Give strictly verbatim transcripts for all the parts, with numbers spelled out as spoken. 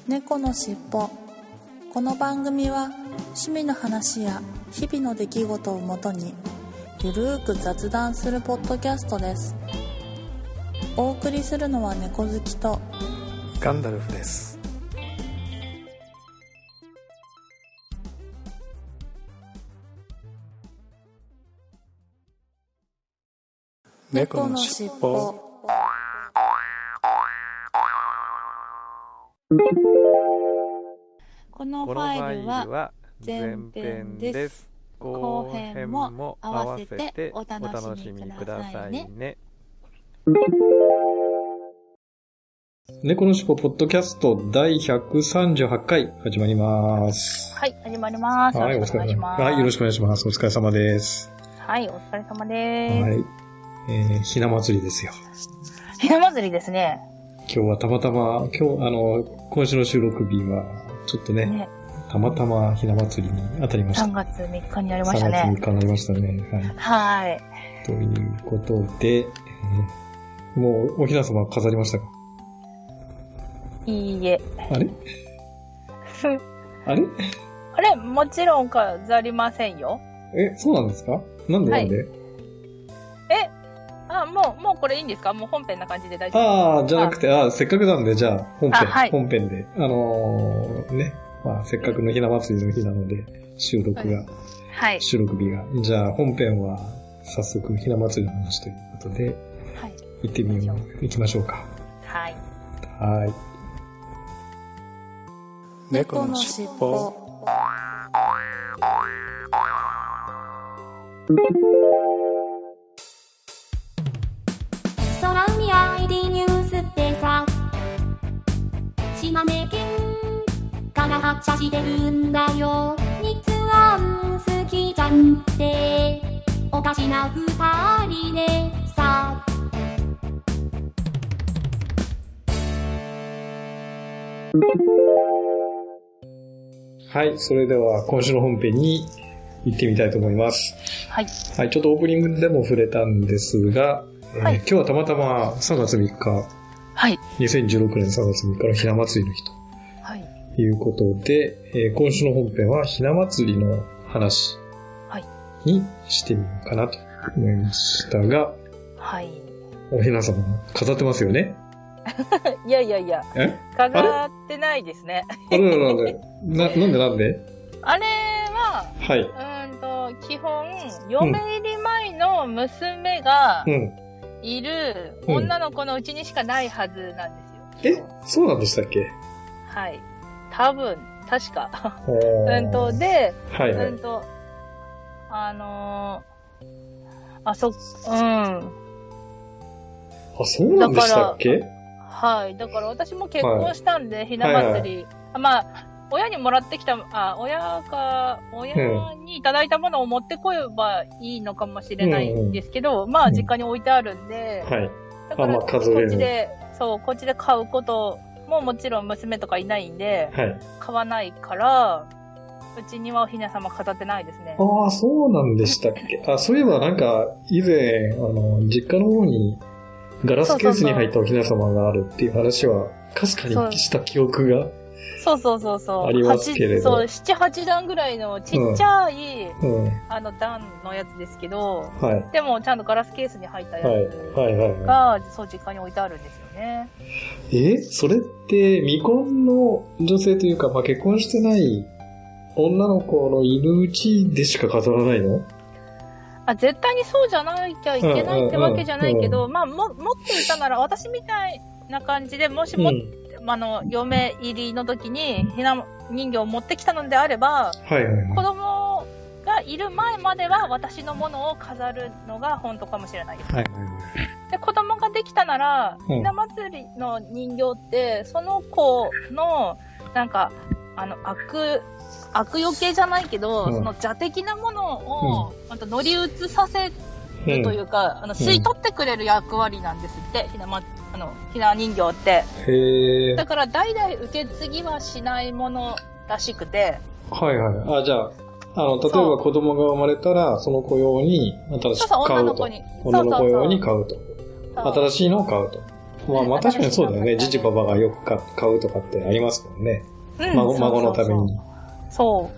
猫のしっぽ。この番組は趣味の話や日々の出来事をもとにゆるーく雑談するポッドキャストです。お送りするのは猫好きとガンダルフです。 猫のしっぽ。このファイルは前編です。後編も合わせてお楽しみくださいね。 猫のしっぽポッドキャスト第ひゃくさんじゅうはちかい始まります。 はい、始まります。 はい、お疲れ様。はい、よろしくお願いします。お疲れ様です。 はい、お疲れ様です。 はい、えー、ひな祭りですよ。 ひな祭りですね。 今日はたまたま、今日、あの、今週の収録日は、ちょっとね、ねたまたまひな祭りに当たりました。 さんがつみっかになりましたね。 さんがつみっかになりましたね。 はい。はい。 ということで、えー、もうおひな様飾りましたか？ いいえ。 あれあれあれもちろん飾りませんよ。 え、そうなんですか？なんで、はい、なんでえあ、もう、もうこれいいんですか？もう本編な感じで大丈夫ですか？ ああ、じゃなくて、ああ、せっかくなんで、じゃあ、本編、 はい、 本編で。あのー、ね、まあ、せっかくのひな祭りの日なので、収録が、 はい。 収録日が。じゃあ、本編は、早速、ひな祭りの話ということで、はい。行ってみよう、行きましょうか。 はい。 はい。 猫のしっぽ。 空海 アイディー ニュースってさ、島根県から発車してるんだよ。日安好きじゃんっておかしな二人でさ。 はい、それでは今週の本編に行ってみたいと思います。 はい。 はい、ちょっとオープニングでも触れたんですが、 はい、 えー、今日はたまたまさんがつみっか、 はい、 にせんじゅうろくねんさんがつみっかのひな祭りの日と、はい、いうことで、えー、今週の本編はひな祭りの話にしてみようかなと思いましたが、 はい、 おひな様飾ってますよね？ いやいやいや、飾ってないですね。 あれなんでな、なんでなんであれは、 はい、 うんと基本嫁入り前の娘が、うんうんいる女の子のうちにしかないはずなんですよ。 うん、え、そうなんでしたっけ？ はい。多分、確か。うんと、で、はいはい、うんと、あのー、あ、そ、うん。あ、 そうなんでしたっけ？ はい。だから私も結婚したんで、はい、ひな祭り。はいはい、まあ、親にもらってきた、あ、親か、親にいただいたものを持ってこればいいのかもしれないんですけど、うんうん、まあ実家に置いてあるんで、うん、はい。だから、こっちで、そう、こっちで買うことももちろん娘とかいないんで、はい。買わないから、うちにはおひな様飾ってないですね。 ああ、そうなんでしたっけ？あ、そういえばなんか、以前、あの、実家の方にガラスケースに入ったおひな様があるっていう話は、かすかにした記憶が、 そうそうそうそう。 ありますけれど。 そう、七八段ぐらいのちっちゃい、うんうん、あの段のやつですけど、はい、でもちゃんとガラスケースに入ったやつが、はいはいはいはい、そう、実家に置いてあるんですよね。 え、それって未婚の女性というか、まあ、結婚してない女の子のいるうちでしか飾らないの？ あ、絶対にそうじゃなきゃいけないってわけじゃないけど、うんうんうん、まあ、も、持っていたなら、私みたいな感じで、もしも、うんあの、嫁入りの時にひな人形を持ってきたのであれば、はいはいはい、子供がいる前までは私のものを飾るのが本当かもしれないです。はいはいはい、で子供ができたなら、うん、ひな祭りの人形って、その子の、なんか、あの、悪、悪余計じゃないけど、うん、その邪的なものを、うん、また乗り移させるというか、うん、あの、吸い取ってくれる役割なんですって、うん、ひな祭り。あの、ひな人形って。へー。だから代々受け継ぎはしないものらしくて。 はいはい。あ、じゃあ、あの、例えば子供が生まれたら、その子用に新しく買うと。 そうそう、女の子に。 女の子用に買うと。新しいのを買うと。 まあまあ確かにそうだよね。ジジババがよく買うとかってありますもんね。 うん、 孫、孫のために。 そう。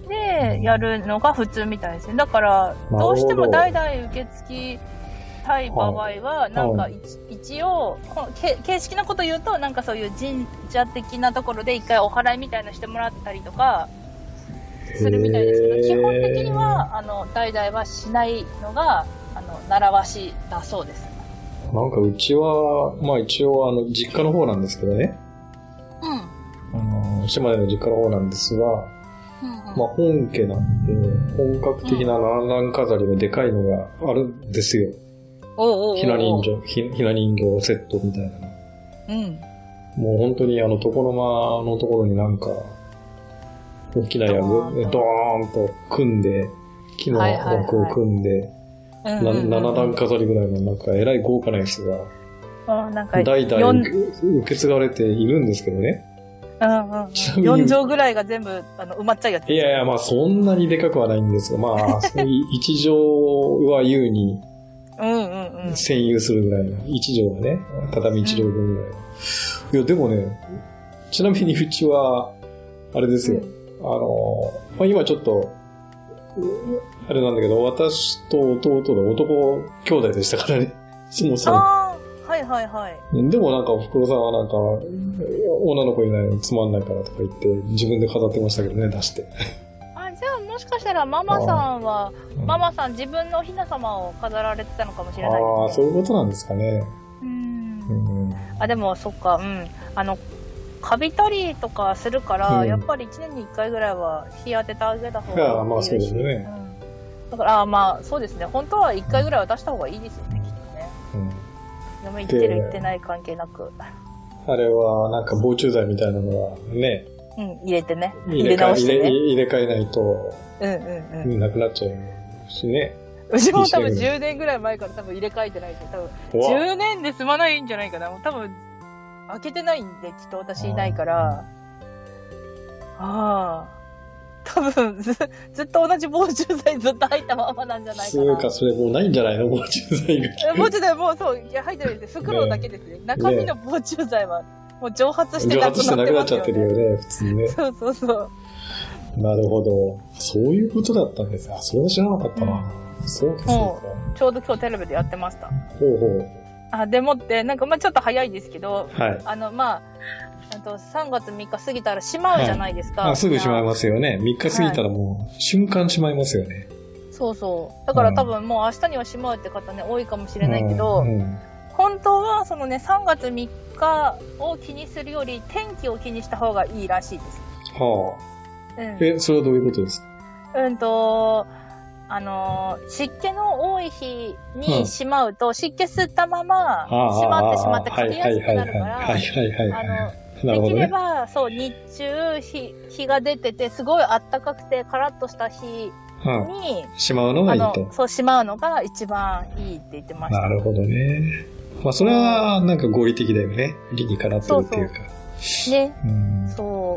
で、やるのが普通みたいですね。だから、どうしても代々受け継ぎたい場合は、なんか一応、形式のこと言うと、なんかそういう神社的なところで一回お祓いみたいなのしてもらったりとか、するみたいですけど、基本的には、あの、代々はしないのが、あの、習わしだそうです。 なんかうちは、まあ一応あの、実家の方なんですけどね。うん。あの、島根の実家の方なんですが、うんうん、まあ本家なんで、本格的な七段飾りがでかいのがあるんですよ。 おうおうおう、 ひな人形、ひ、ひな人形セットみたいなの。うん。もう本当にあの、床の間のところになんか、大きなやぐ、ドーンと組んで、木の枠を組んで、なな段飾りぐらいのなんかえらい豪華なやつが、代々受け継がれているんですけどね。 うんうん、ちなみによん畳ぐらいが全部あの埋まっちゃうやつ。 いやいや、まあそんなにでかくはないんですが、まあ、そういういち畳は優に、占有するぐらいの、いち畳はね、畳いち畳分ぐらいの。うん、いや、でもね、ちなみにうちは、あれですよ。うん、あの、まあ、今ちょっと、あれなんだけど、私と弟で男兄弟でしたからね。そもそも。 ああ、はいはいはい。 でもなんか、おふくろさんはなんか、女の子いないのつまんないからとか言って、自分で飾ってましたけどね、出して。 あ、じゃあもしかしたらママさんは、ママさん自分のおひな様を飾られてたのかもしれないですね。 ああ、そういうことなんですかね。 うん。うん、あ、でもそっか、うん。あの、カビたりとかするから、うん、やっぱりいちねんにいっかいぐらいは日当ててあげた方がいいし。 ああ、まあそうですね。 うん、だから、あまあそうですね。本当はいっかいぐらいは出した方がいいですよね、きっとね。うん。嫁行ってる行ってない関係なく。 あれは、なんか防虫剤みたいなのはね。 うん、入れてね。 入れ直してね。入れ替えないと、 うんうんうん。 なくなっちゃうしね。 うちも多分じゅうねんぐらい前から多分入れ替えてないし、多分じゅうねんで済まないんじゃないかな。多分、開けてないんで、きっと私いないから。ああ。多分ず、ずっと同じ防虫剤ずっと入ったままなんじゃないかな。 そうか、それもうないんじゃないの防虫剤が。 防虫剤もうそう、いや入ってないです。袋だけですね。中身の防虫剤は、もう蒸発してなくなってますよね。 蒸発してなくなっちゃってるよね、普通にね。 そうそうそう。 なるほど。そういうことだったんです。あ、それは知らなかったな。うん、そうか、そうか。 ちょうど今日テレビでやってました。 ほうほう。 あ、でもって、なんかまあちょっと早いですけど、 はい。 あの、まあ、あとさんがつみっか過ぎたらしまうじゃないですか。 はい、あ、すぐしまいますよね。みっか過ぎたらもう、はい、瞬間しまいますよね。 そうそう。だから多分もう明日にはしまうって方ね、多いかもしれないけど、うんうん、本当はそのね、さんがつみっかを気にするより天気を気にした方がいいらしいです。 はあ。うん、え、それはどういうことですか？ うんと、あのー、湿気の多い日にしまうと、うん、湿気吸ったまま、しまってしまってカビやすくなるから、あの、できれば、そう、日中日、日が出てて、すごい暖かくて、カラッとした日に、 うん、しまうのがいいと。 そう、しまうのが一番いいって言ってました。 なるほどね。まあ、それは、なんか合理的だよね。理にかなってるっていうか。 そうそうね、うん。そう。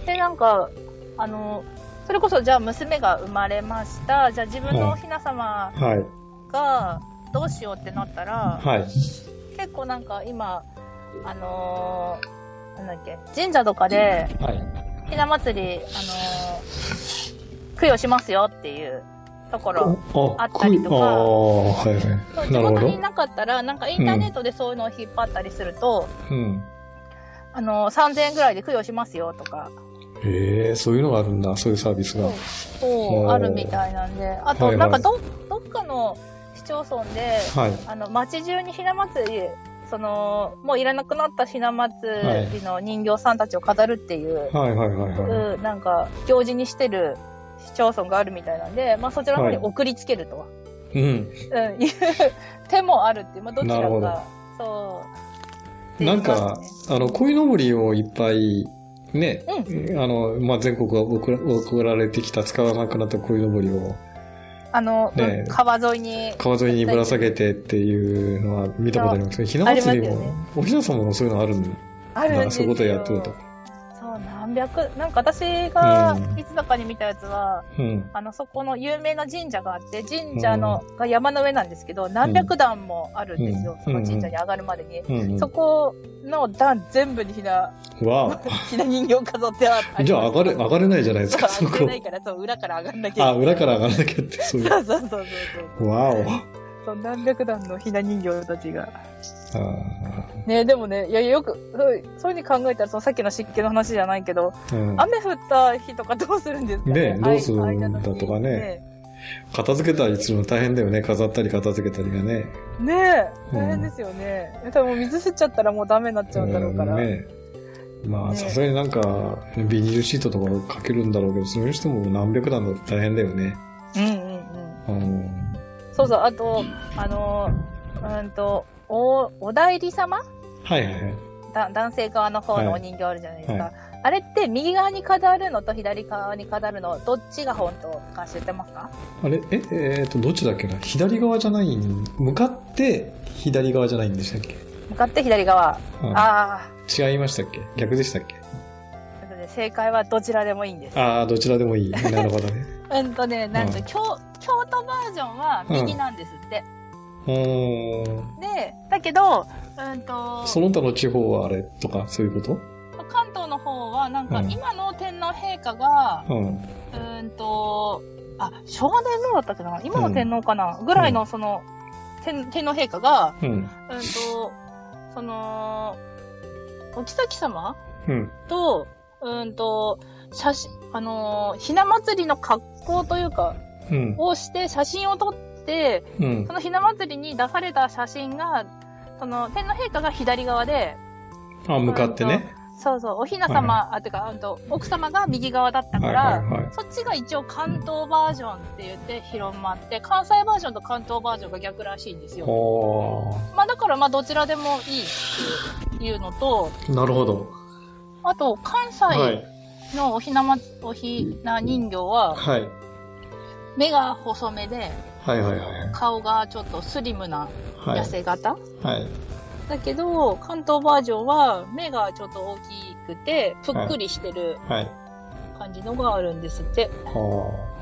で、なんか、あの、それこそじゃあ娘が生まれました。じゃあ自分のおひな様がどうしようってなったら、はい、結構なんか今、あのー、なんだっけ、神社とかで、はい、ひな祭り、あのー、供養しますよっていうところあったりとか、はいはい、地元になかったら、なんかインターネットでそういうのを引っ張ったりすると、うん、あのー、さんぜんえんぐらいで供養しますよとか、 へえ、そういうのがあるんだ、そういうサービスが。 そう、そうあるみたいなんで。あと、はいはい、なんかど、どっかの市町村で、はい、あの、街中にひな祭り、その、もういらなくなったひな祭りの人形さんたちを飾るっていう、はいはいはいはい、なんか、行事にしてる市町村があるみたいなんで、まあそちらの方に送りつけると。はい、うん。うん、いう手もあるっていう、まあどちらか、そう。 なんか、あの、鯉のぼりをいっぱい、ね、うん、あの、まあ、全国が送られてきた使わなくなった鯉のぼりを、 あの、ね、川沿いに。 川沿いにぶら下げてっていうのは見たことありますけど、ひな祭りも、ね、おひな様もそういうのあるんだ。 あるんですよ。 そういうことやってると。 そう、何何百、なんか私がいつだかに見たやつは、うん、あの、そこの有名な神社があって、神社の、が山の上なんですけど、何百段もあるんですよ、うん、その神社に上がるまでに。うん、そこの段全部にひな、ひな人形飾ってある。 じゃあ上がれ、上がれないじゃないですか、そこ。 上がれないから、そう、裏から上がんなきゃいけない。 あ、裏から上がらなきゃって、そういう。 そうそうそうそう。 わお。 そう、何百段のひな人形たちが。ね、でもね、いや、よく、そういうふうに考えたら、そのさっきの湿気の話じゃないけど、うん、雨降った日とかどうするんですかね。 ね、どうするんだとかね。ね、片付けたりするの大変だよね。飾ったり片付けたりがね。 ねえ、大変ですよね。うん、多分水降っちゃったらもうダメになっちゃうんだろうから。うん、ね、 まあ、さすがになんか、ビニールシートとかかけるんだろうけど、それにしても何百段だと大変だよね。 うんうんうん。うん、そうそう、あと、あの、うんと、お、お代理様はいはいはい。 だ男性側の方のお人形あるじゃないですか。はいはい、あれって右側に飾るのと左側に飾るの、どっちが本当か知ってますか？ あれえ、えー、っと、どっちだっけな、左側じゃないん、向かって左側じゃないんでしたっけ？ 向かって左側。うん、ああ。 違いましたっけ？逆でしたっけ？ 正解はどちらでもいいんです。 ああ、どちらでもいい。なるほどね。 うんとね、なんと、うん、京、京都バージョンは右なんですって。 うん、 で、だけど、うんと、 その他の地方はあれとか、そういうこと？ 関東の方は、なんか、今の天皇陛下が、うん、うんと、あ、昭和天皇だったっけな、今の天皇かな、うん、ぐらいの、その、天、天皇陛下が、うん、うんと、その、お妃様、うん、と、うんと、写真、あのー、ひな祭りの格好というか、うん、をして写真を撮って、うん、そのひな祭りに出された写真が、その天皇陛下が左側で、 あ、向かってね。 そうそう、おひな様、はい、あ、てか、あと、奥様が右側だったから、はいはいはい、そっちが一応関東バージョンって言って広まって、関西バージョンと関東バージョンが逆らしいんですよ。まあだからまあどちらでもいいっていうのと、 なるほど。 あと、関西のおひなま、おひな人形は、はい、目が細めで、 はいはいはい、 顔がちょっとスリムな痩せ型、はいはい、だけど、関東バージョンは目がちょっと大きくて、ぷっくりしてる感じのがあるんですって。はい、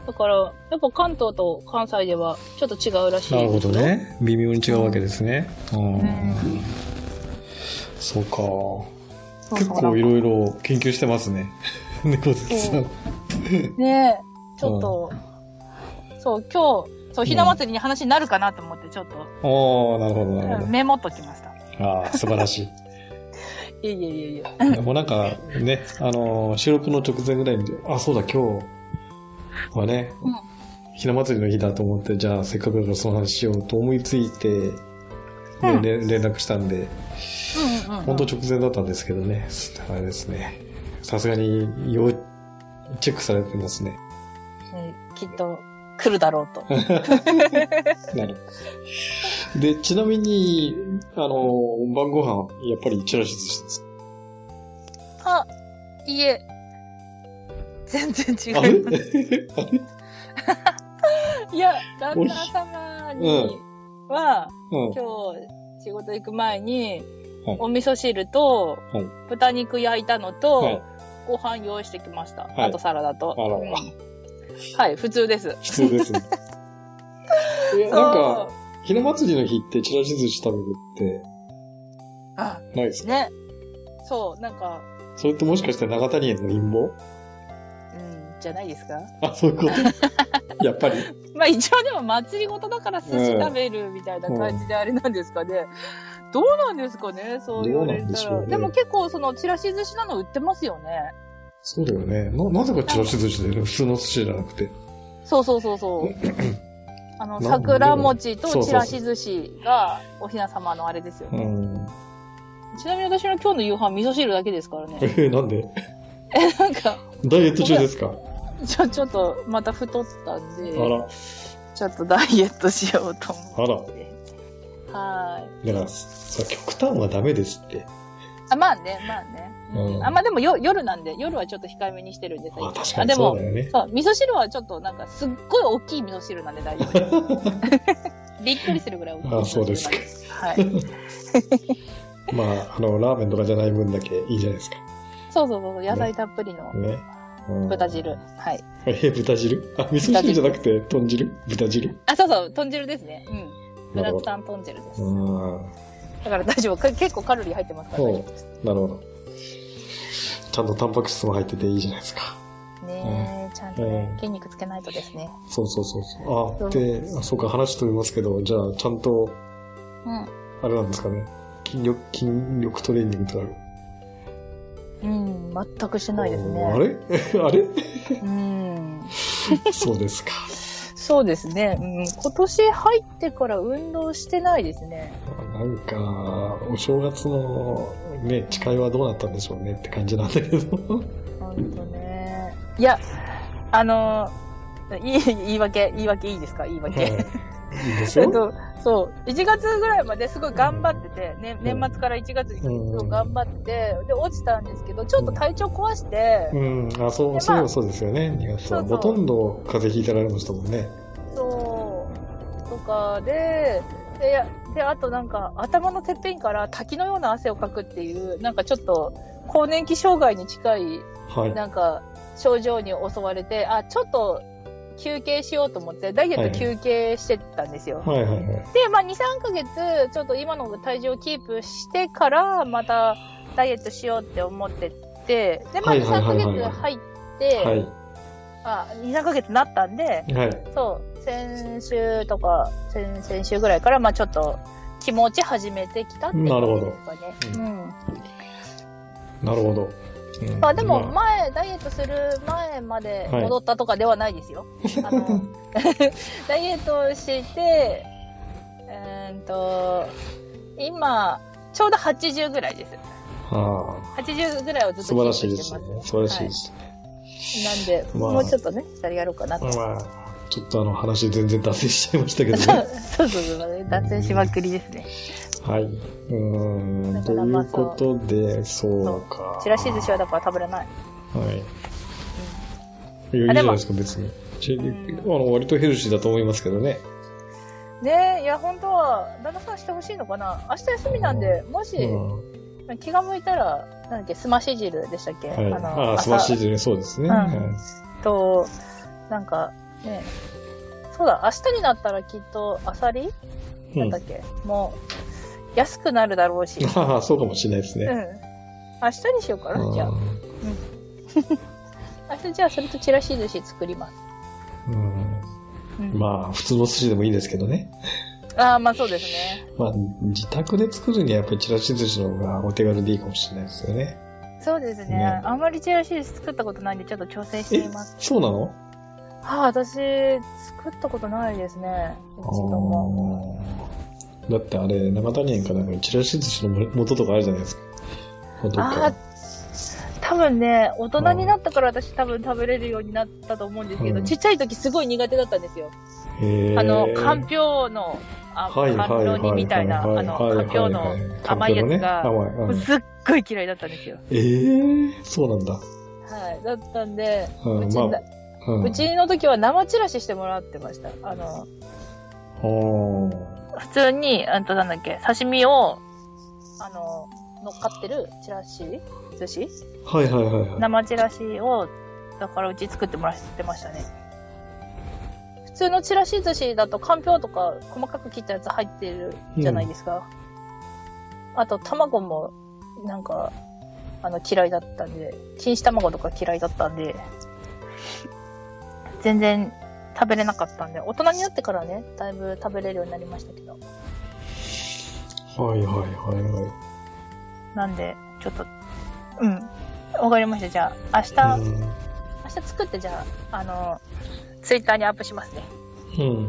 だから、やっぱ関東と関西ではちょっと違うらしいですよ。 なるほどね。微妙に違うわけですね。うん。うん、そうか。結構いろいろ研究してますね。猫好きさん。 ねえ、ちょっと、うん、そう、今日、そう、ひな祭りに話になるかなと思って、ちょっと。 おー、なるほど、なるほど。 メモっときました。 ああ、素晴らしい。いやいやいやいや。 もうなんか、ね、あのー、収録の直前ぐらいに、あ、そうだ、今日はね、うん、ひな祭りの日だと思って、じゃあ、せっかくだからその話しようと思いついて、ね、うん、連絡したんで、うんうんうん、本当直前だったんですけどね、あれですね。さすがに要チェックされてますね。 うん、きっと来るだろうと。 なる。で、ちなみに、あの、晩ご飯、やっぱりちらし寿司ですか？あ、いいえ。全然違う。 あれあれいや、旦那様には、うんうん、今日仕事行く前に、はい、お味噌汁と、はい、豚肉焼いたのと、はい、ご飯用意してきました。はい、あとサラダと。あらら、うん。はい、普通です。 普通ですね。いや、なんか、ひな祭りの日ってちらし寿司食べるって、あ、ないですか？ ね。そう、なんか。 それってもしかして長谷園の陰謀？うん、 じゃないですか？ あ、そういうことやっぱり。 まあ一応でも祭りごとだから寿司食べるみたいな感じであれなんですかね。うん、どうなんですかね、そう言われたら。で, ね、でも結構そのちらし寿司なの売ってますよね。 そうだよね。な、なぜかちらし寿司でね、普通の寿司じゃなくて。 そうそうそうそう。あの、桜餅とちらし寿司がおひな様のあれですよね。うん、ちなみに私の今日の夕飯味噌汁だけですからね。 えー、なんで？ え、なんか。 ダイエット中ですか？ ちょ、ちょっと、また太ったんで。 あら。 ちょっとダイエットしようと思って。 あら。 はい。 だから、さ、極端はダメですって。 あ、まあね、まあね。うん、あ、まあでもよ、夜なんで、夜はちょっと控えめにしてるんで、 あ、確かにそうだよね。 そう、味噌汁はちょっとなんか、すっごい大きい味噌汁なんで大丈夫です。びっくりするぐらい大きい味噌汁。 あ、そうですか。 はい。 まあ、あの、ラーメンとかじゃない分だけいいじゃないですか。 そうそうそう、野菜たっぷりの豚汁。ねね、はい。 え、豚汁？あ、味噌汁じゃなくて豚汁？豚汁？ あ、そうそう、豚汁ですね。うん。ブラクタン豚汁です。だから大丈夫。結構カロリー入ってますから大丈夫です。 なるほど。ちゃんとタンパク質も入ってていいじゃないですか。 ねえ、ちゃんと、ねえー、筋肉つけないとですね。 そうそうそうそう。あ、で、あ、そうか、話飛びますけど、じゃあ、ちゃんと、うん。あれなんですかね。筋力、筋力トレーニングとかある？ うん、全くしないですね。 あれあれうん。 そうですか。 そうですね、うん。今年入ってから運動してないですね。 なんか、お正月のね、誓いはどうなったんでしょうねって感じなんだけど。 ほんとね。いや、あの、いい、言い訳、言い訳いいですか？言い訳。はい、いいですよ。そう、いちがつぐらいまですごい頑張ってて、ね、年末からいちがつに頑張って、で、落ちたんですけど、ちょっと体調壊して。 うん、あ、そう、そう、そうですよね、にがつは。ほとんど風邪ひいてられましたもんね。 そう、とかで、で、で、あとなんか、頭のてっぺんから滝のような汗をかくっていう、なんかちょっと、更年期障害に近い、はい、なんか、症状に襲われて、あ、ちょっと、休憩しようと思って、ダイエット休憩してたんですよ。 はいはいはい、で、 まあ、に、さんかげつ、ちょっと今の体重をキープしてから、また、ダイエットしようって思ってて、で、まあ、に、さんかげつ入って、はい、あ、に、さんかげつなったんで、はい、そう、先週とか、先、先週ぐらいから、まあ、ちょっと、気持ち始めてきたっていうことですかね。 なるほど。うん。うん、なるほど。 うん、まあでも前、まあ、ダイエットする前まで戻ったとかではないですよ。はい、あのダイエットして、えー、っと、今、ちょうどはちじゅうぐらいです。はあ、はちじゅうぐらいをずっとキープしてます。 素晴らしいですね。素晴らしいですね。はい、なんで、まあ、もうちょっとね、二人やろうかなと。まあ、 ちょっとあの話全然脱線しちゃいましたけどね。 そうそうそう、脱線しまくりですね。 はい。うーん。ということで、そうか。 ちらし寿司はだから食べれない。 はい。うん、いや、いいじゃないですか、別に。うん、あの割とヘルシーだと思いますけどね。 ねえ、いや、本当は、旦那さんしてほしいのかな。明日休みなんで、もし、うん、気が向いたら、なんだっけ、すまし汁でしたっけ？はい、 あの、あ、すまし汁ね、そうですね。うん、はい、 と、なんか、ね、そうだ、明日になったらきっと、アサリなんだっけ、うん、もう、安くなるだろうし。 ああ、そうかもしれないですね。 うん。明日にしようかな、じゃあ。うん。明日じゃあ、それとちらし寿司作ります。 うん。うん、まあ、普通の寿司でもいいですけどね。 ああ、まあそうですね。 まあ、自宅で作るにはやっぱりちらし寿司の方がお手軽でいいかもしれないですよね。 そうですね。ね、あんまりちらし寿司作ったことないんで、ちょっと挑戦してみます。 そうなの？ はあ、私、作ったことないですね。一度も。 だってあれ、長谷園かなんかちらし寿司の素とかあるじゃないですか。 ああ、多分ね、大人になったから私多分食べれるようになったと思うんですけど、うん、ちっちゃい時すごい苦手だったんですよ。へあの、かんぴょうの、あ、かんろ煮みたいな、あの、かんぴょうの甘いやつが、ね、すっごい嫌いだったんですよ。 ええー、そうなんだ。 はい。だったんで、うん、うち、まあうん、うちの時は生チラシしてもらってました。あの、普通に、あんたなんだっけ、刺身を、あの、乗っかってるチラシ寿司はいはいはい、はい。 生チラシを、だからうち作ってもらってましたね。普通のチラシ寿司だと、かんぴょうとか細かく切ったやつ入ってるじゃないですか。うん、あと、卵も、なんか、あの、嫌いだったんで、錦糸卵とか嫌いだったんで、全然食べれなかったんで、大人になってからね、だいぶ食べれるようになりましたけど。 はいはいはいはい。 なんで、ちょっと、うん。わかりました。じゃあ、明日、明日作って、じゃあ、あの、ツイッターにアップしますね。うん。うん。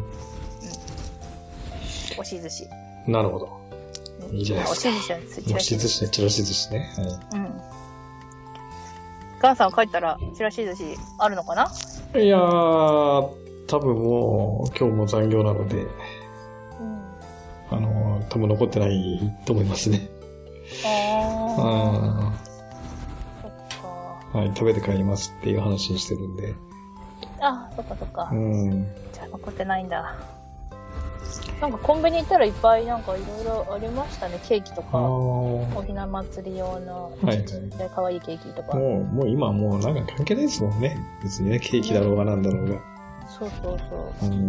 押し寿司。 なるほど。いいじゃないですか。 押し寿司はチラシ。 押し寿司ね、チラシ寿司ね。はい。うん。 ガンさん帰ったら、チラシ寿司あるのかな？ いやー、多分もう、今日も残業なので、うん。あの、多分残ってないと思いますね。ああ。そっか。はい、食べて帰りますっていう話にしてるんで。 あ、そっかそっか。うん。じゃあ残ってないんだ。 なんかコンビニ行ったらいっぱいなんかいろいろありましたね。ケーキとか、おひな祭り用のちっちゃい可愛いケーキとか。 もう、もう今もうなんか関係ないですもんね。別にね、ケーキだろうがなんだろうが。 そうそうそう。うん、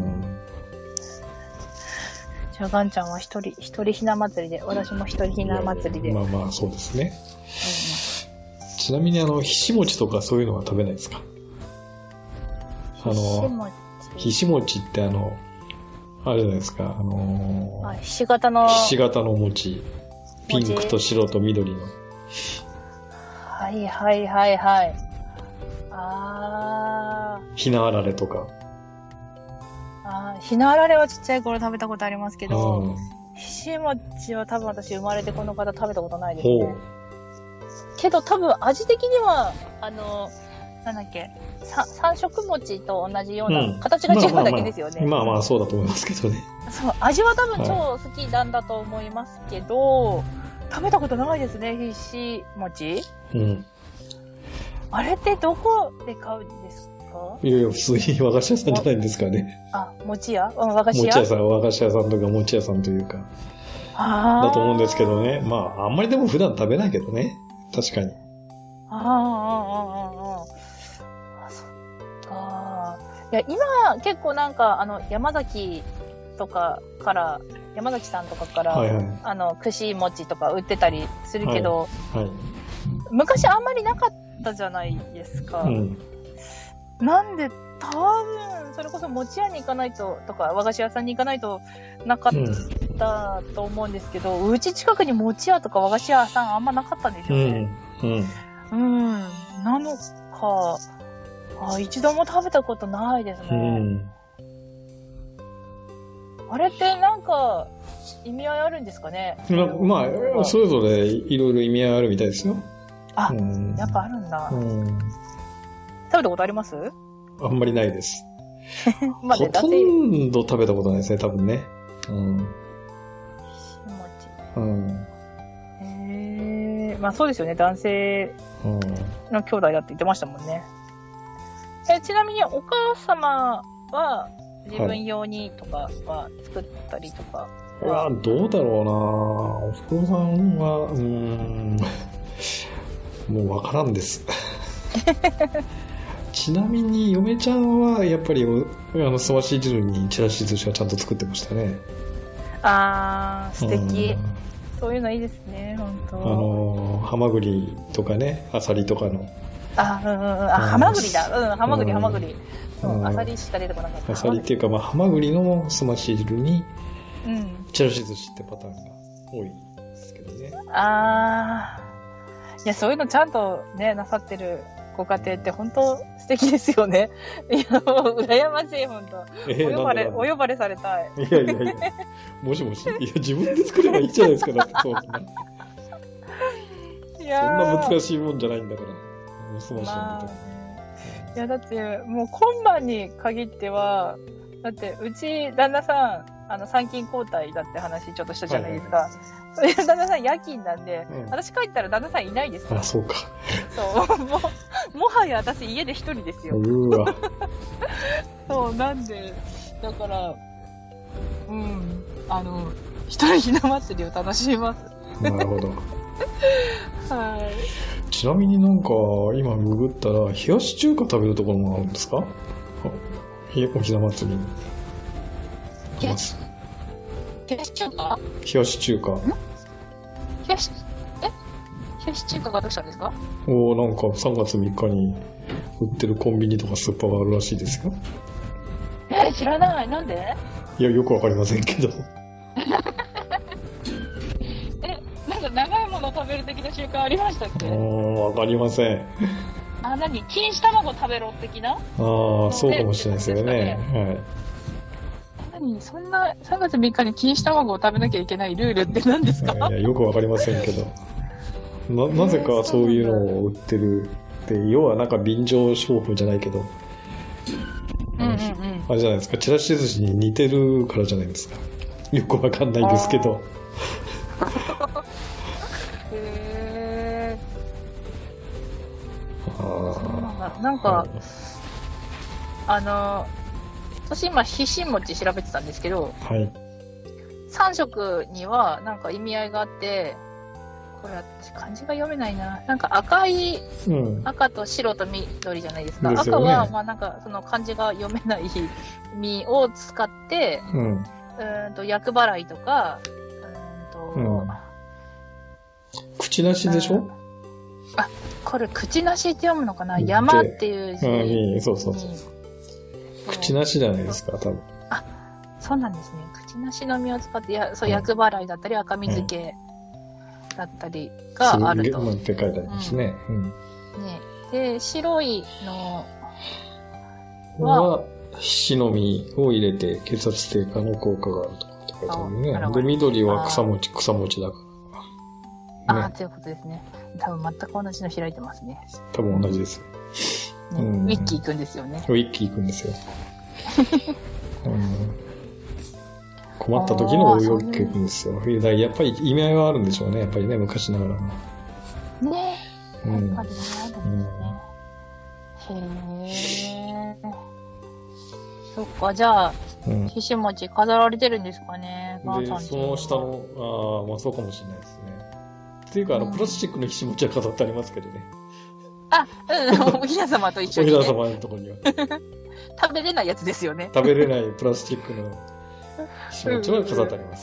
じゃあ、ガンちゃんは一人、一人ひな祭りで、私も一人ひな祭りで。 まあまあ、そうですね。うん、ちなみに、あの、ひし餅とかそういうのは食べないですか？あの、ひし餅。ひし餅ってあの、あれじゃないですか、あのー、 ひし形の。 ひし形の餅。ピンクと白と緑の。 はいはいはいはい。あー。 ひなあられとか。 あー、ひなあられはちっちゃい頃食べたことありますけど、ひし餅は多分私生まれてこの方食べたことないですね。けど多分味的には、あの、なんだっけ、三色餅と同じような、うん、形が違うだけですよね。 まあまあ、まあまあそうだと思いますけどね。 そう、味は多分超好きなんだと思いますけど、はい、食べたことないですね、ひし餅。うん。あれってどこで買うんですか？ いやいや、普通に和菓子屋さんじゃないんですかね。 あ、餅屋？うん、和菓子屋。 餅屋さん、和菓子屋さんとか餅屋さんというか。だと思うんですけどね。まあ、あんまりでも普段食べないけどね。確かに。 ああ、ああ、ああ。いや、今結構なんかあの山崎とかから山崎さんとかから、はいはい、あの串餅とか売ってたりするけど、はいはい、昔あんまりなかったじゃないですか、うん、なんで多分それこそ餅屋に行かないととか和菓子屋さんに行かないとなかったと思うんですけど、うん、うち近くに餅屋とか和菓子屋さんあんまなかったんですよね。うん、うん、なのかあ、一度も食べたことないですね、うん、あれってなんか意味合いあるんですかね？ ま、まあそれぞれいろいろ意味合いあるみたいですよ。 あ、うん、やっぱあるんだ、うん、食べたことあります？ あんまりないですまあ、ほとんど食べたことないですね、多分ね。うん。 うん。へえ、まあそうですよね、男性の兄弟だって言ってましたもんね。え、ちなみにお母様は自分用にとかは作ったりとかは、 はい、どうだろうな。おふくろさんはうーんもうわからんですちなみに嫁ちゃんはやっぱりあのすまし汁にちらし寿司はちゃんと作ってましたね。 あー、素敵。そういうのいいですね、本当。 あのハマグリとかね、アサリとかの。 あ、うんうんうん、あ、ハマグリだ。うん、ハマグリ、ハマグリ。そう、アサリしか出てこなかった。 アサリっていうか、まあ、ハマグリのすまし汁に、うん。ちらし寿司ってパターンが多いですけどね。 あー。いや、そういうのちゃんとね、なさってるご家庭って本当素敵ですよね。いや、もう羨ましい、本当。えー、お呼ばれ、お呼ばれされたい。 いやいやいや、もしもし。いや、自分で作ればいいじゃないですか、だってそうですね。いやそんな難しいもんじゃないんだから。まあね、 いやだってもう今晩に限ってはだってうち旦那さんあの参勤交代だって話ちょっとしたじゃないですか、はいはい、それ旦那さん夜勤なんで、うん、私帰ったら旦那さんいないですよ。 あ、そうか。 そうもうもはや私家で一人ですよ。 うわそうなんでだからうんあの一人ひな祭りを楽しみます。 なるほどはい。 ちなみになんか今ググったら冷やし中華食べるところもあるんですか？おひな祭りに。 冷やし冷やし中華？ 冷やし中華。ん？ 冷やしえ？冷やし中華がどうしたんですか？ おお、なんかさんがつみっかに売ってるコンビニとかスーパーがあるらしいですよ。 えー、知らない。なんで？ いや、よくわかりませんけど。 長いものを食べる的な習慣ありましたっけ？ わかりません。 あ、何？錦糸卵食べろ的な？ああ、そうかもしれないですよね。ね、はい。 何？そんなさんがつみっかに錦糸卵を食べなきゃいけないルールって何ですか？ いや、よくわかりませんけど。な、なぜかそういうのを売ってるって、要はなんか便乗商法じゃないけど、 うんうんうん、 あれじゃないですか、ちらし寿司に似てるからじゃないですか。よくわかんないんですけど。 へー。なんか、あの、私今、ひし餅調べてたんですけど、 はい、 さん色にはなんか意味合いがあって、これ私漢字が読めないな。なんか赤い、うん、赤と白と緑じゃないですか。ですよね、赤は、まあなんかその漢字が読めない実を使って、うん、うーんと厄払いとか、うーんと、うん、 口なしでしょ？ あ、これ口なしって読むのかな？山っていう字に。 そうそうそう。口なしじゃないですか、多分。 あ、そうなんですね。口なしの実を使って、や、そう、厄払いだったり、赤水系だったりがあると。 うん、って書いてありますね。うん。 ね。で、白いのは、菱の実を入れて血圧低下の効果があるとかって書いてあるね。で、緑は草餅、草餅だから。 ね、ああ、ということですね。多分全く同じの開いてますね。 多分同じです。 ね、うん、ウィッキー行くんですよね。 ウィッキー行くんですよ。うん、困った時のウィッキー行くんですよ。やっぱり意味合いはあるんでしょうね。やっぱりね、昔ながらの。 ねえ。うん、やっぱりね、あるんですね。うん、へえ。そっか、じゃあ、ひし餅飾られてるんですかね。 で、その下の、ああ、まあそうかもしれないですね。っていうか、あの、プラスチックのひし餅は飾ってありますけどね。 あ、うん、おひな様と一緒に、 ね。おひな様のところには。 食べれないやつですよね。 食べれないプラスチックのひし餅は飾ってあります。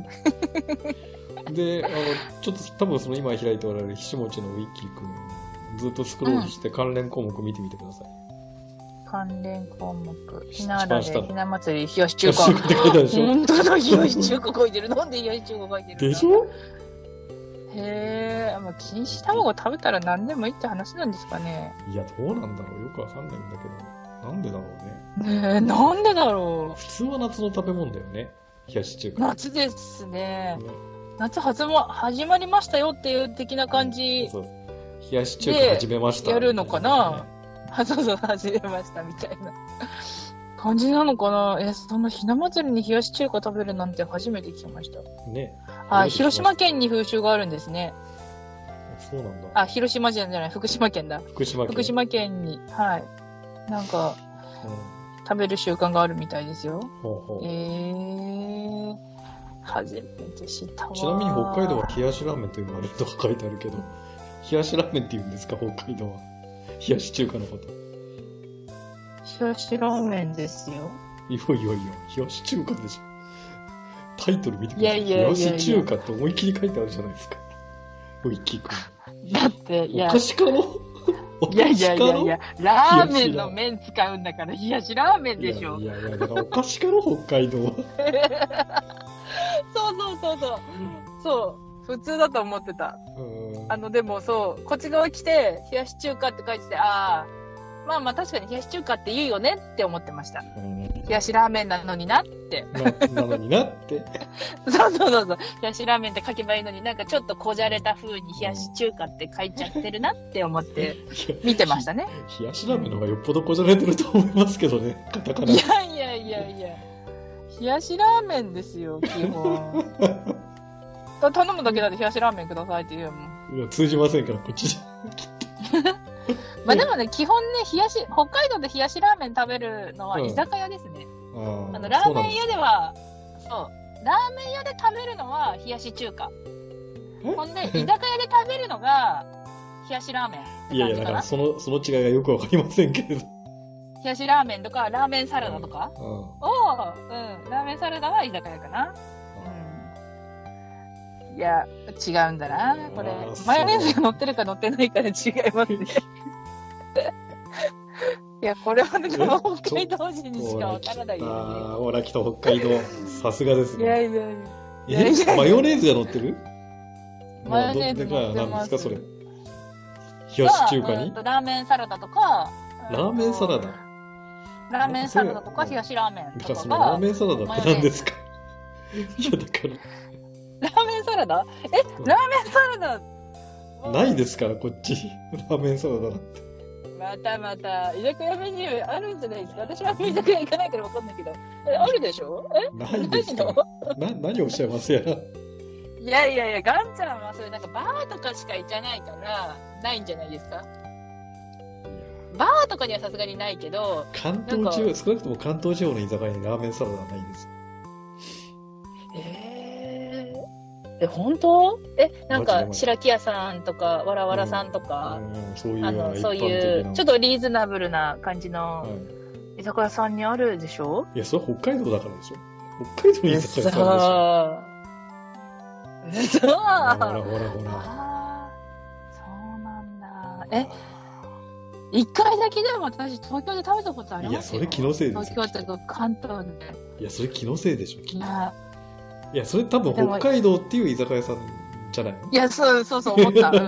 で、あの、ちょっと多分その今開いておられるひし餅のウィッキーくん、ずっとスクロールして関連項目見てみてください。 うん、関連項目。ひなあられ、ひな祭り、冷やし中華。 冷やし中華って書いてあるでしょ。 本当だ、冷やし中華書いてる。なんで冷やし中華書いてるでしょ？ へえ、まあ、錦糸卵食べたら何でもいいって話なんですかね。 いや、どうなんだろう。よくわかんないんだけど。なんでだろうね。ねえ、なんでだろう。 普通は夏の食べ物だよね。冷やし中華。 夏ですね。ね、夏始ま、始まりましたよっていう的な感じ。そう。 冷やし中華始めました。 やるのかな、ね、そうそう、始めましたみたいな感じなのかな。え、そんなひな祭りに冷やし中華食べるなんて初めて聞きました。 ね。 あ、広島県に風習があるんですね。 そうなんだ。 あ、広島県じゃない、福島県だ。 福島県。 福島県に、はい。なんか、うん、食べる習慣があるみたいですよ。 ほうほう。 えー、初めて知ったわ。 ちなみに北海道は冷やしラーメンというのがあるとか書いてあるけど、冷やしラーメンって言うんですか、北海道は。冷やし中華のこと。 冷やしラーメンですよ。 いやいやいや、冷やし中華でしょ。タイトル見てください。いやいやいやいや、冷やし中華って思いっきり書いてあるじゃないですか。ウィッキーくん。 だって、いや。 お菓子かのいやいやいやいや、ラーメンの麺使うんだから、冷やしラーメンでしょ。 いやいやいや、だからお菓子かの北海道。そうそうそうそう。そう。普通だと思ってた。あの、でもそう、こっち側来て、冷やし中華って書いてて、ああ、まあまあ確かに冷やし中華って言うよねって思ってました。冷やしラーメンなのになって。 な, なのになって。 そうそうそうそう。冷やしラーメンって書けばいいのになんかちょっとこじゃれた風に冷やし中華って書いちゃってるなって思って見てましたね。 冷やしラーメンの方がよっぽどこじゃれてると思いますけどね。カタカナ。 いやいやいやいや。冷やしラーメンですよ、基本。頼むだけだって冷やしラーメンくださいって言うもん。 いや、通じませんから、こっちじゃ。 まあでもね、基本ね、冷やし、北海道で冷やしラーメン食べるのは居酒屋ですね。うん、あの、ラーメン屋では、そう、ラーメン屋で食べるのは冷やし中華。ほんで、居酒屋で食べるのが冷やしラーメン。 いやいや、だからその、その違いがよくわかりませんけれど。 冷やしラーメンとか、ラーメンサラダとか、うん、を、うん、ラーメンサラダは居酒屋かな。うん、いや、違うんだな。これ、マヨネーズが乗ってるか乗ってないかで違いますね。いや、これはね、北海道人にしかわからないよね。 ああ、ほら来た北海道。さすがですね。 いやいやいや。 え、いやいやマヨネーズが乗ってる？ マヨネーズ乗ってます。 何ですか、それ。冷やし中華に、 まあ、ラーメンサラダとか。 ラーメンサラダラーメンサラダとか、冷やしラーメンとか。 そのラーメンサラダって何ですか？いや、だから。 ラーメンサラダえ、ラーメンサラダないですから、こっち。ラーメンサラダなんて。 またまた、居酒屋メニューあるんじゃないですか？私は居酒屋行かないからわかんないけど。え、あるでしょ？えないですか？な、何をおっしゃいますやら。 いやいやいや、ガンちゃんはそれなんかバーとかしか行かないから、ないんじゃないですか？バーとかにはさすがにないけど。 関東地方、少なくとも関東地方の居酒屋にラーメンサラダはないんです。 えーえ、本当？え、なんか、白木屋さんとか、わらわらさんとか、 うんうん、そういう、 あの、そういう、ちょっとリーズナブルな感じの居酒屋さんにあるでしょ？ いや、それは北海道だからでしょ。北海道に居酒屋さんでしょ。 そう。ほらほらほら。 あ、そうなんだ。え、一回だけでも私、東京で食べたことありますよ。 いや、それ気のせいですよ。 東京とか関東で。 いや、それ気のせいでしょ。 いや、 いや、それ多分北海道っていう居酒屋さんじゃないの？ いや、そうそうそう、思った。うん。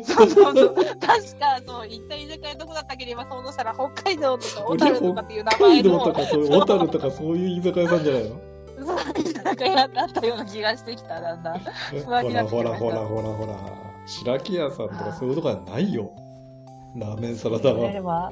そうそうそう。確か、そう、行った居酒屋どこだったっけ今想像したら、北海道とか小樽とかっていう名前の。 北海道とか、そういう小樽とかそういう居酒屋さんじゃないの？ そう、居酒屋だったような気がしてきた、だんだん。 ほらほらほらほらほら。白木屋さんとかそういうとこはないよ。ラーメンサラダは。言われれば、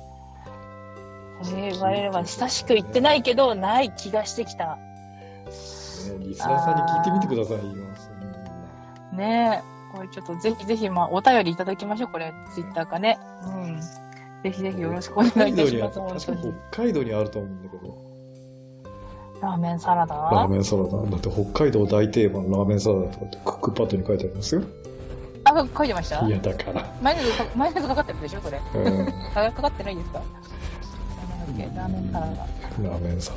言われれば、親しく言ってないけど、ない気がしてきた。 リスナーさんに聞いてみてくださいよ。 ねえ。これちょっとぜひぜひ、まあ、お便りいただきましょう、これ。ツイッターかね。うん。ぜひぜひよろしくお願いいたします。 確かに北海道にあると思うんだけど。 ラーメンサラダ？ ラーメンサラダ。だって北海道大定番ラーメンサラダとかってクックパッドに書いてありますよ。 あ、書いてました？ いや、だから。 マヨネーズ、マヨネーズかかってるでしょ、それ。うん。かかってないですか？ラーメンサラダ。 ラーメンサラ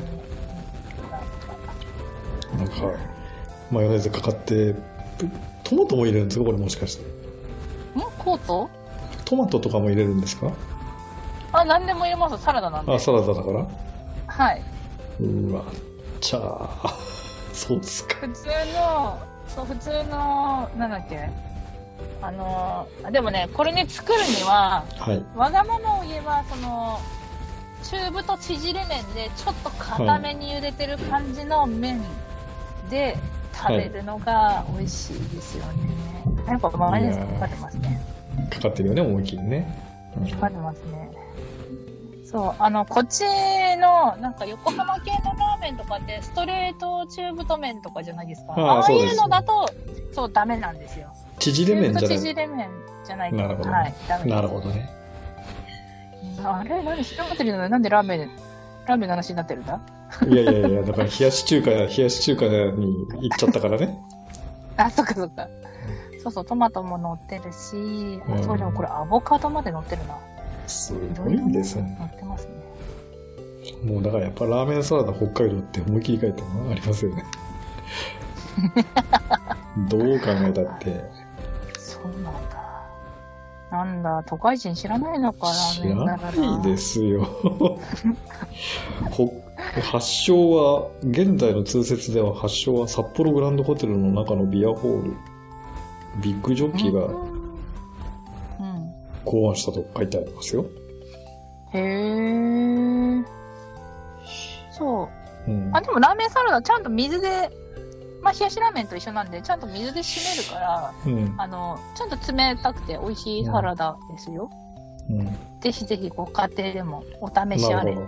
ダ。なんか、マヨネーズかかって、トマトも入れるんですかこれもしかして。 ん？コート？ トマトとかも入れるんですか？ あ、何でも入れます。サラダなんで。 あ、サラダだから？ はい。 うわ、じゃあ、そうですか。 普通の、そう、普通の、なんだっけ。あの、でもね、これね、作るには、はい、わがままを言えば、その、中太縮れ麺で、ちょっと固めに茹でてる感じの麺で食べるのが美味しいですよね。はい、やっぱマヨネーズかかってますね。 かかってるよね、思いっきりね。 うん、かかってますね。そう、あの、こっちの、なんか横浜系のラーメンとかって、ストレート中太麺とかじゃないですか。ああいうのだと、そう、ダメなんですよ。 縮れ麺じゃない。 縮れ麺じゃないと。 なるほど。 はい、ダメです。 なるほどね。 あれ何知らなかったのになんでラーメン、ラーメンの話になってるんだ？ いやいやいや、だから冷やし中華、冷やし中華に行っちゃったからね。 あ、そっかそっか。そうそう、トマトも乗ってるし、あ、そうでもこれアボカドまで乗ってるな。 すごいですね。 乗ってますね。 もうだからやっぱラーメンサラダ北海道って思い切り書いてるのありますよね。どう考えたって。 そうなんだ。なんだ、都会人知らないのか、ラーメンサラダ。 知らないですよ。発祥は、現在の通説では発祥は札幌グランドホテルの中のビアホール、ビッグジョッキが考案したと書いてありますよ。 へー。そう。うん、あ、でもラーメンサラダちゃんと水で、まあ、冷やしラーメンと一緒なんで、ちゃんと水で締めるから、うん、あの、ちゃんと冷たくて美味しいサラダですよ。うん、ぜひぜひご家庭でもお試しあれ。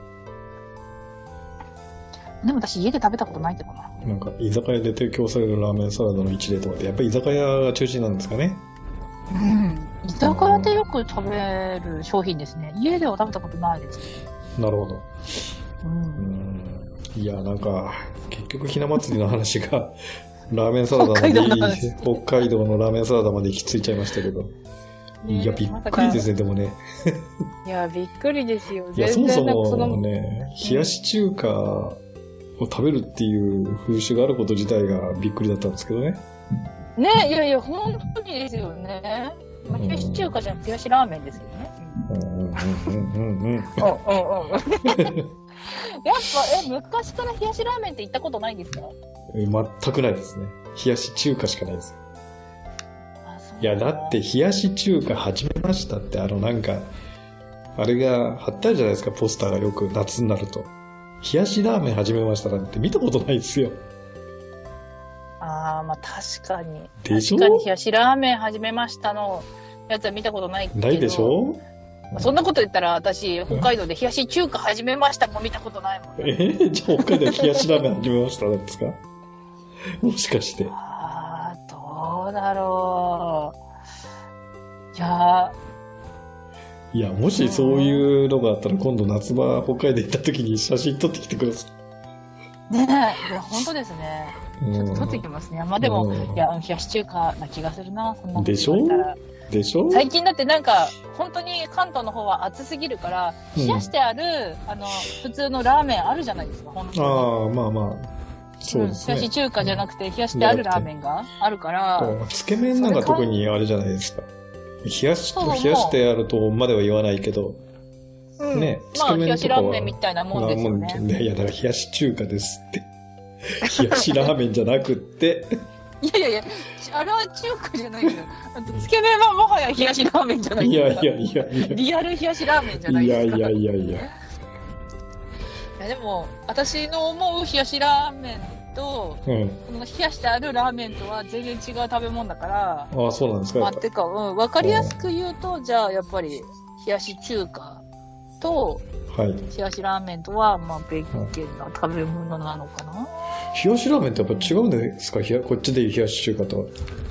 でも私家で食べたことないけどな。 なんか居酒屋で提供されるラーメンサラダの一例とかってやっぱり居酒屋が中心なんですかね。 うん。居酒屋でよく食べる商品ですね。家では食べたことないです。 なるほど。 うん。 うんいや、なんか、結局ひな祭りの話が、ラーメンサラダまで、北海道のラーメンサラダまで行き着いちゃいましたけど。ね、いや、びっくりですね、でもね。 いや、びっくりですよ。 いや、そもそもね、冷やし中華を食べるっていう風習があること自体がびっくりだったんですけどね。 ね、いやいや、本当にですよね。まあ、冷やし中華じゃなくて冷やしラーメンですよね。うんうんうんうんうん。うんうんうん。やっぱ、え、昔から冷やしラーメンって行ったことないんですか？ え、全くないですね。冷やし中華しかないです。いや、だって冷やし中華始めましたって、あのなんか、あれが貼ってあるじゃないですか、ポスターがよく夏になると。冷やしラーメン始めましたなんて見たことないですよ。 ああ、まあ確かに。 でしょ？ 確かに冷やしラーメン始めましたのやつは見たことないけど。 ないでしょ？ そんなこと言ったら私、北海道で冷やし中華始めましたも見たことないもん、 ね。えー、じゃあ北海道で冷やしラーメン始めましたなんですか？もしかして。 ああ、どうだろう。いやいや、もしそういうのがあったら今度夏場北海道行った時に写真撮ってきてください。 ねえ、いや、本当ですね。 ちょっと取ってきますね。まあでも、いや、冷やし中華な気がするな、そんなことでしょでしょ最近だってなんか、本当に関東の方は暑すぎるから、冷やしてある、うん、あの、普通のラーメンあるじゃないですか、本当に。 ああ、まあまあ。そうですね。 冷やし中華じゃなくて、冷やしてあるラーメンがあるから。 つけ麺なんか特にあれじゃないですか。冷やし、冷やしてあるとまでは言わないけど、 うん、ね、まあ、冷やしラーメンみたいなもんですよね。 いや、だから冷やし中華ですって。冷やしラーメンじゃなくって。 いやいやいや、あれは中華じゃないよ。つけ麺はもはや冷やしラーメンじゃないですか。 いやいやいやいや。 リアル冷やしラーメンじゃないですか。 いやいやいやいや。いやでも、私の思う冷やしラーメンと、うん、この冷やしてあるラーメンとは全然違う食べ物だから、 ああ、そうなんですか。 まあ、てか、うん、わかりやすく言うと、じゃあ、やっぱり、冷やし中華と、はい、冷やしラーメンとは、まあ、別件な食べ物なのかな。 冷やしラーメンってやっぱ違うんですか？こっちでいう冷やし中華とは。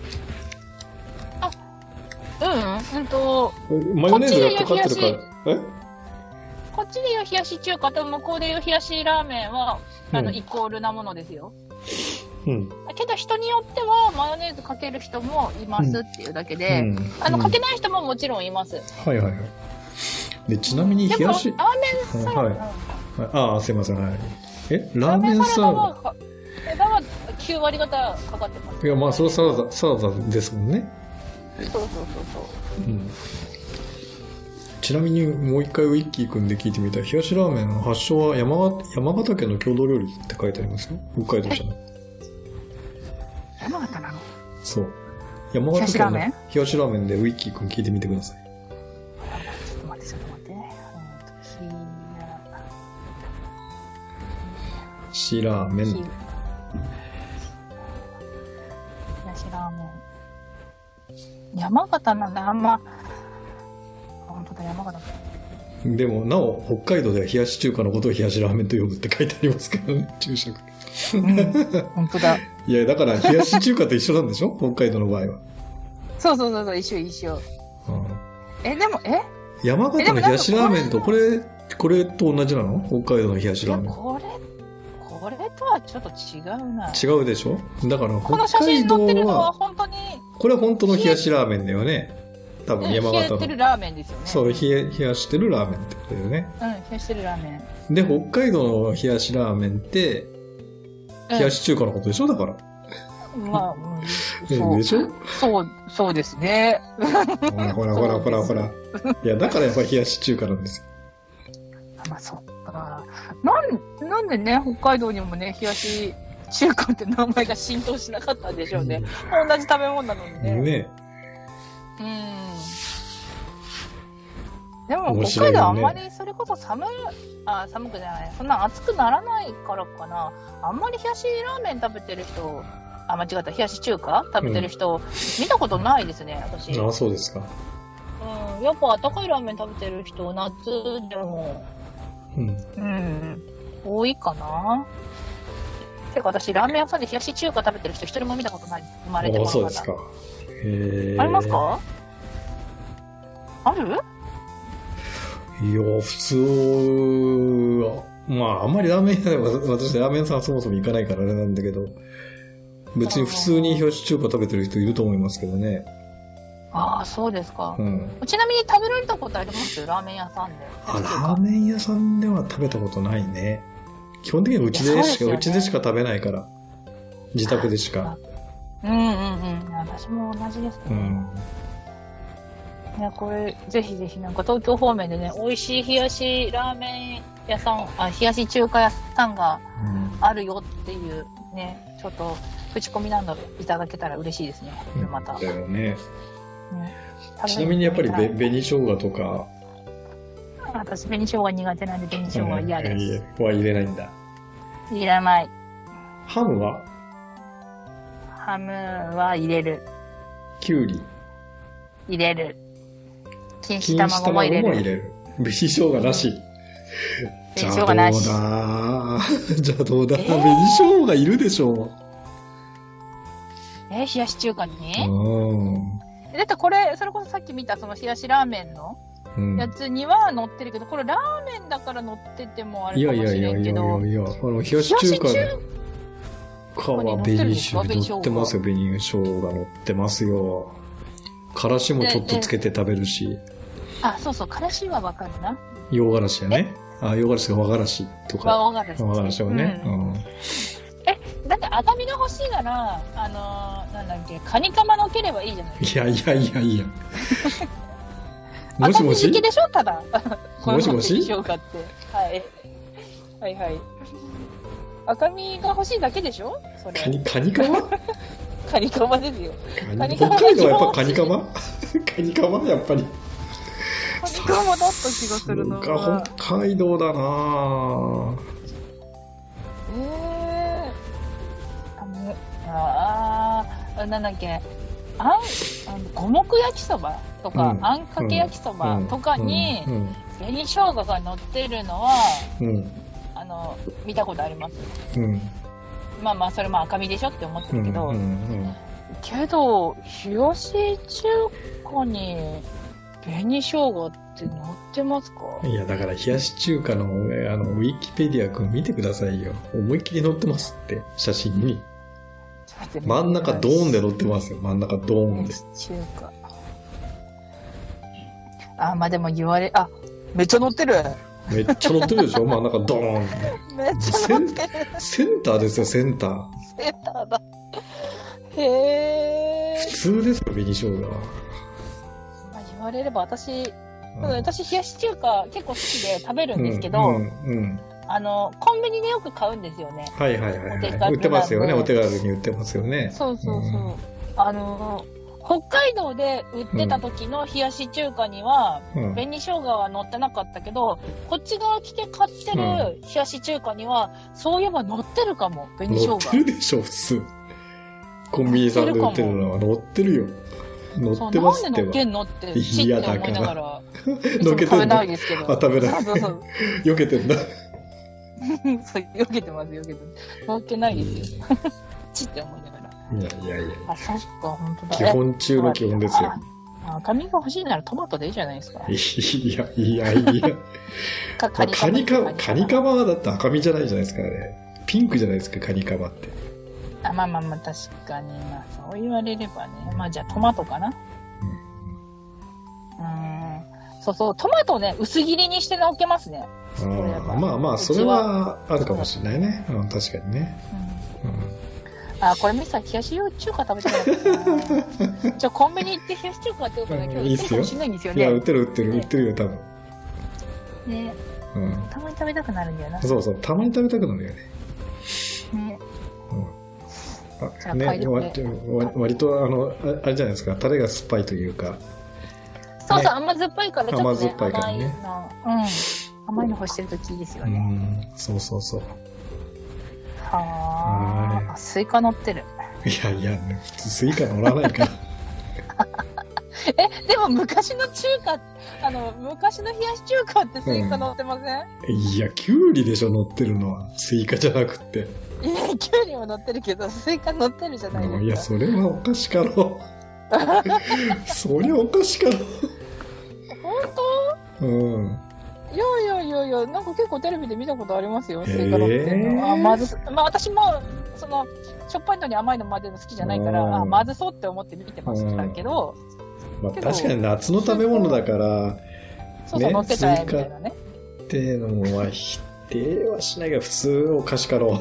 あ、うん、うんと、 マヨネーズがかかってるから、えこっちでいう冷やし中華と向こうでいう冷やしラーメンは、あの、うん、イコールなものですよ。うん。けど人によってはマヨネーズかける人もいますっていうだけで、うんうん、あの、かけない人ももちろんいます。 はいはいはい。で、ちなみに冷やし、 ラーメンサラダ、はいはい、ああ、すいません、はい。え、ラーメンサラダは、 枝はきゅう割方かかってます。 いや、まあ、それはサラダ、サラダですもんね。 そうそうそうそう。うん。 ちなみにもう一回ウィッキー君で聞いてみたい。冷やしラーメンの発祥は山形、山形県の郷土料理って書いてありますよ。北海道じゃない。 山形なの？ そう。山形県の冷やしラーメンでウィッキー君聞いてみてください。 ちょっと待って、ちょっと待って。 しラーメン。冷やしラーメン。山形なんだ、あんま。本当だ、山形。 でも、なお、北海道では冷やし中華のことを冷やしラーメンと呼ぶって書いてありますけどね、注釈。 うん、本当だ。 いや、だから、冷やし中華と一緒なんでしょ北海道の場合は。 そうそうそうそう、一緒一緒。うん、え、でも、え山形の冷やしラーメンと、これ、これと同じなの北海道の冷やしラーメン。 これ、これとはちょっと違うな。 違うでしょだから、北海道は。この写真載ってるのは本当に。 これは本当の冷やしラーメンだよね。多分山形の。 冷やしてるラーメンですよね。 そう、冷や、冷やしてるラーメンってことだよね。 うん、冷やしてるラーメン。で、北海道の冷やしラーメンって、冷やし中華のことでしょだから。 まあ、うん、そう。 でしょそう、そうですね。 ほらほらほらほらほら。いや、だからやっぱり冷やし中華なんですよ。 まあ、そっか。なん、なんでね、北海道にもね、冷やし中華って名前が浸透しなかったんでしょうね。同じ食べ物なのにね。 ね。 うん。でも、北海道はあんまりそれこそ寒い、あ、寒くじゃない、そんな暑くならないからかな。あんまり冷やしラーメン食べてる人、あ、間違った、冷やし中華食べてる人、うん、見たことないですね、私。 あ、そうですか。 うん。やっぱ温かいラーメン食べてる人、夏でも、うん。うん。多いかな。てか私、ラーメン屋さんで冷やし中華食べてる人一人も見たことない。生まれてもらった。 あ、そうですか。へー。 ありますか？ある？ いや、普通は、まあ、あんまりラーメン屋でも、私ラーメン屋さんそもそも行かないからあれなんだけど、別に普通に冷やし中華食べてる人いると思いますけどね。 ああ、そうですか。うん。ちなみに食べられたことあります？ラーメン屋さんで。 あ、ラーメン屋さんでは食べたことないね。基本的にはうちでしか、う, ね、うちでしか食べないから。自宅でしか。 うんうんうん。私も同じですね。うん。ね、これ、ぜひぜひなんか東京方面でね、美味しい冷やしラーメン屋さん、あ、冷やし中華屋さんがあるよっていうね、ちょっと口コミなどいただけたら嬉しいですね。また。 だよね。ね、ちなみにやっぱりべ紅生姜とか。 私紅生姜苦手なんで紅生姜は嫌です。うん、いやは入れないんだ。 入れない。 ハムは？ ハムは入れる。 きゅうり？ 入れる。錦糸卵も入れる。 金糸卵も入れる。紅生姜なし。 紅生姜なし。 じゃあどうだじゃあどうだ、えー、紅生姜いるでしょう。 えー、冷やし中華に？うん。だってこれ、それこそさっき見たその冷やしラーメンのやつには載ってるけど、うん、これラーメンだから載っててもあれかもしれんけど。いやいやいやいやいや、あの冷やし中華で。 他は紅生姜乗ってますよ。紅生姜乗ってますよ。からしもちょっとつけて食べるし。 あ、そうそう、からしはわかるな。 洋辛子やね。あ、洋辛子が和辛子とか。 和辛子。 和辛子はね。うん。うん、 え、だって赤身が欲しいなら、あのー、なんだっけ、カニカマのければいいじゃないですか。 いやいやいやいや。もしもし。 赤身好きでしょ、ただ。 もしもし。 生姜って。はい。はいはい。赤身が欲しいだけでしょそれ。 カニ、カニカマカニカマですよ。 カニカマ。北海道はやっぱカニカマカニカマやっぱり。 カニカマだった気がするな。 北海道だなぁ。 えー。あの、あー、なんだっけ。あん、五目焼きそばとか、うん、あんかけ焼きそばとかに、うんうん、紅生姜が乗ってるのは、うんあの見たことあります、うん、まあまあそれも赤身でしょって思ってるけど、うんうんうん、けど冷やし中華に紅生姜って乗ってますか？ いやだから冷やし中華の、あのウィキペディア君見てくださいよ。思いっきり載ってますって写真に。真ん中ドーンで載ってますよ。真ん中ドーンで。 中華。あまあでも言われあめっちゃ載ってる。 めっちゃ乗ってるでしょ真ん中ドーンめっちゃ乗ってるセンターですよセンターセンターだへー普通ですよ紅生姜は、まあ、言われれば私、うん、私冷やし中華結構好きで食べるんですけど、うんうんうん、あのコンビニでよく買うんですよね。 はいはいはい、はい、売ってますよね。お手軽に売ってますよね。 そうそうそう、うん、あの北海道で売ってた時の冷やし中華には、うん、紅生姜は乗ってなかったけど、こっち側来て買ってる冷やし中華には、うん、そういえば乗ってるかも、紅生姜。 乗ってるでしょ、普通。コンビニさんで売ってるのは乗ってるよ。乗ってますってば。なんで乗っけんのって、チッて思いながら。乗っけてんの？食べないですけど。あ、食べない。そうそう。避けてんだ。 そう、避けてます、避けてます。乗っけないですよ。チッて思いながら。 いやいやいや。 あ、そっか、本当だ。 基本中の基本ですよ。 赤身が欲しいならトマトでいいじゃないですか。 いやいやいや。カニカマ、カニカマはだって赤身じゃないじゃないですかね。ピンクじゃないですか、カニカマって。 あ、まあまあまあ、確かに。まあ、そう言われればね。まあ、じゃあトマトかな。うん。うんそうそう、トマトをね、薄切りにしてのっけますね。 あまあまあ、それはあるかもしれないね。うん、確かにね。うん。うんあ、これミスター冷やし中華食べたかったな。じゃあコンビニ行って冷やし中華って言うから今日売ってるかもしれないんですよね。 いや、売ってる売ってる、売ってるよ、多分。 ねうん。たまに食べたくなるんだよな。 そうそう、たまに食べたくなるよね。 ねうん。あ、ね、割と、割と、あの、あれじゃないですか、タレが酸っぱいというか。 そうそう、甘酸っぱいからちょっとね、 甘酸っぱいからね。 うん。甘いの欲してるときいいですよね。 うん、そうそうそう。 はあ、スイカ乗ってる。 いやいや、普通スイカ乗らないから。 え、でも昔の中華、あの、昔の冷やし中華ってスイカ乗ってません？ うん、いや、キュウリでしょ、乗ってるのは。スイカじゃなくて。 いや、キュウリも乗ってるけど、スイカ乗ってるじゃないですか。 いや、それはおかしかろ。そりゃおかしかろ。 本当？ うん。 いやいやいやいや、なんか結構テレビで見たことありますよ、スイカ乗ってるの。あ、まず、まあ私も、その、しょっぱいのに甘いのまでの好きじゃないから、あ、まずそうって思って見てましたけど。 まあ確かに夏の食べ物だから、 そうそう、乗ってたみたいなね。 っていうのは否定はしないが、普通おかしかろう。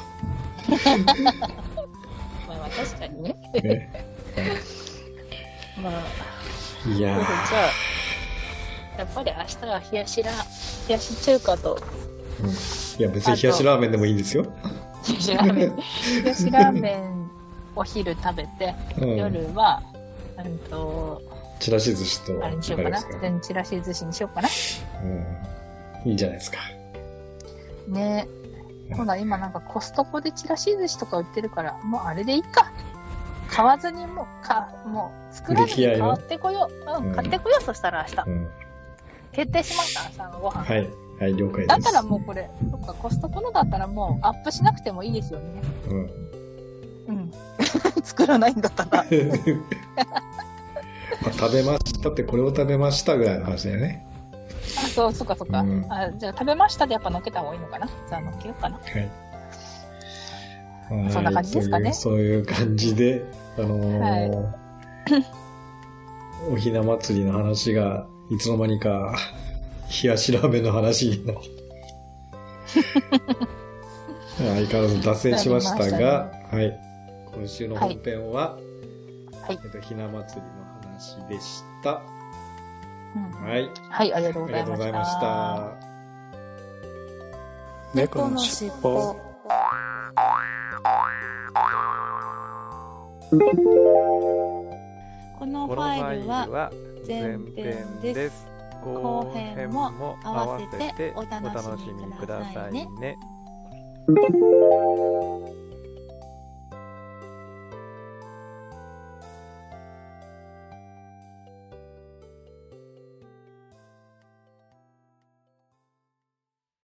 まあ確かにね。ねまあ。 いやー。 じゃあ、やっぱり明日は冷やしラ冷やし中華と、 うん、いや別に冷やしラーメンでもいいですよ。 冷やしラーメン冷やしラーメンお昼食べて、うん、夜はうんとちらし寿司とあれにしようかな。ちらし寿司にしようかな。 うん、いいんじゃないですか。 ねえ、ほら今なんかコストコでちらし寿司とか売ってるから、もうあれでいいか。買わずにもうかもう作らずに買ってこよう。うん、買ってこよう。そしたら明日。うん決定しました、朝のご飯。 はい。はい、了解です。 だったらもうこれ、そっか、コストコのだったらもうアップしなくてもいいですよね。うん。うん。作らないんだったら。 まあ、食べましたって、これを食べましたぐらいの話だよね。 あ、そう、そっかそっか、うん。あ、じゃあ食べましたでやっぱ乗っけた方がいいのかな。じゃあ乗っけようかな。はい。 そんな感じですかね。 そういう、そういう感じで、あのーはい、おひな祭りの話が、いつの間にか、冷やしラーメンの話になって。相変わらず脱線しましたが、ね、はい。今週の本編は、はい、えっと、ひな祭りの話でした。うん、はい。 はい、ありがとうございました。ありがとうございました。 猫のしっぽ。 このファイルは前編です。後編も合わせてお楽しみくださいね。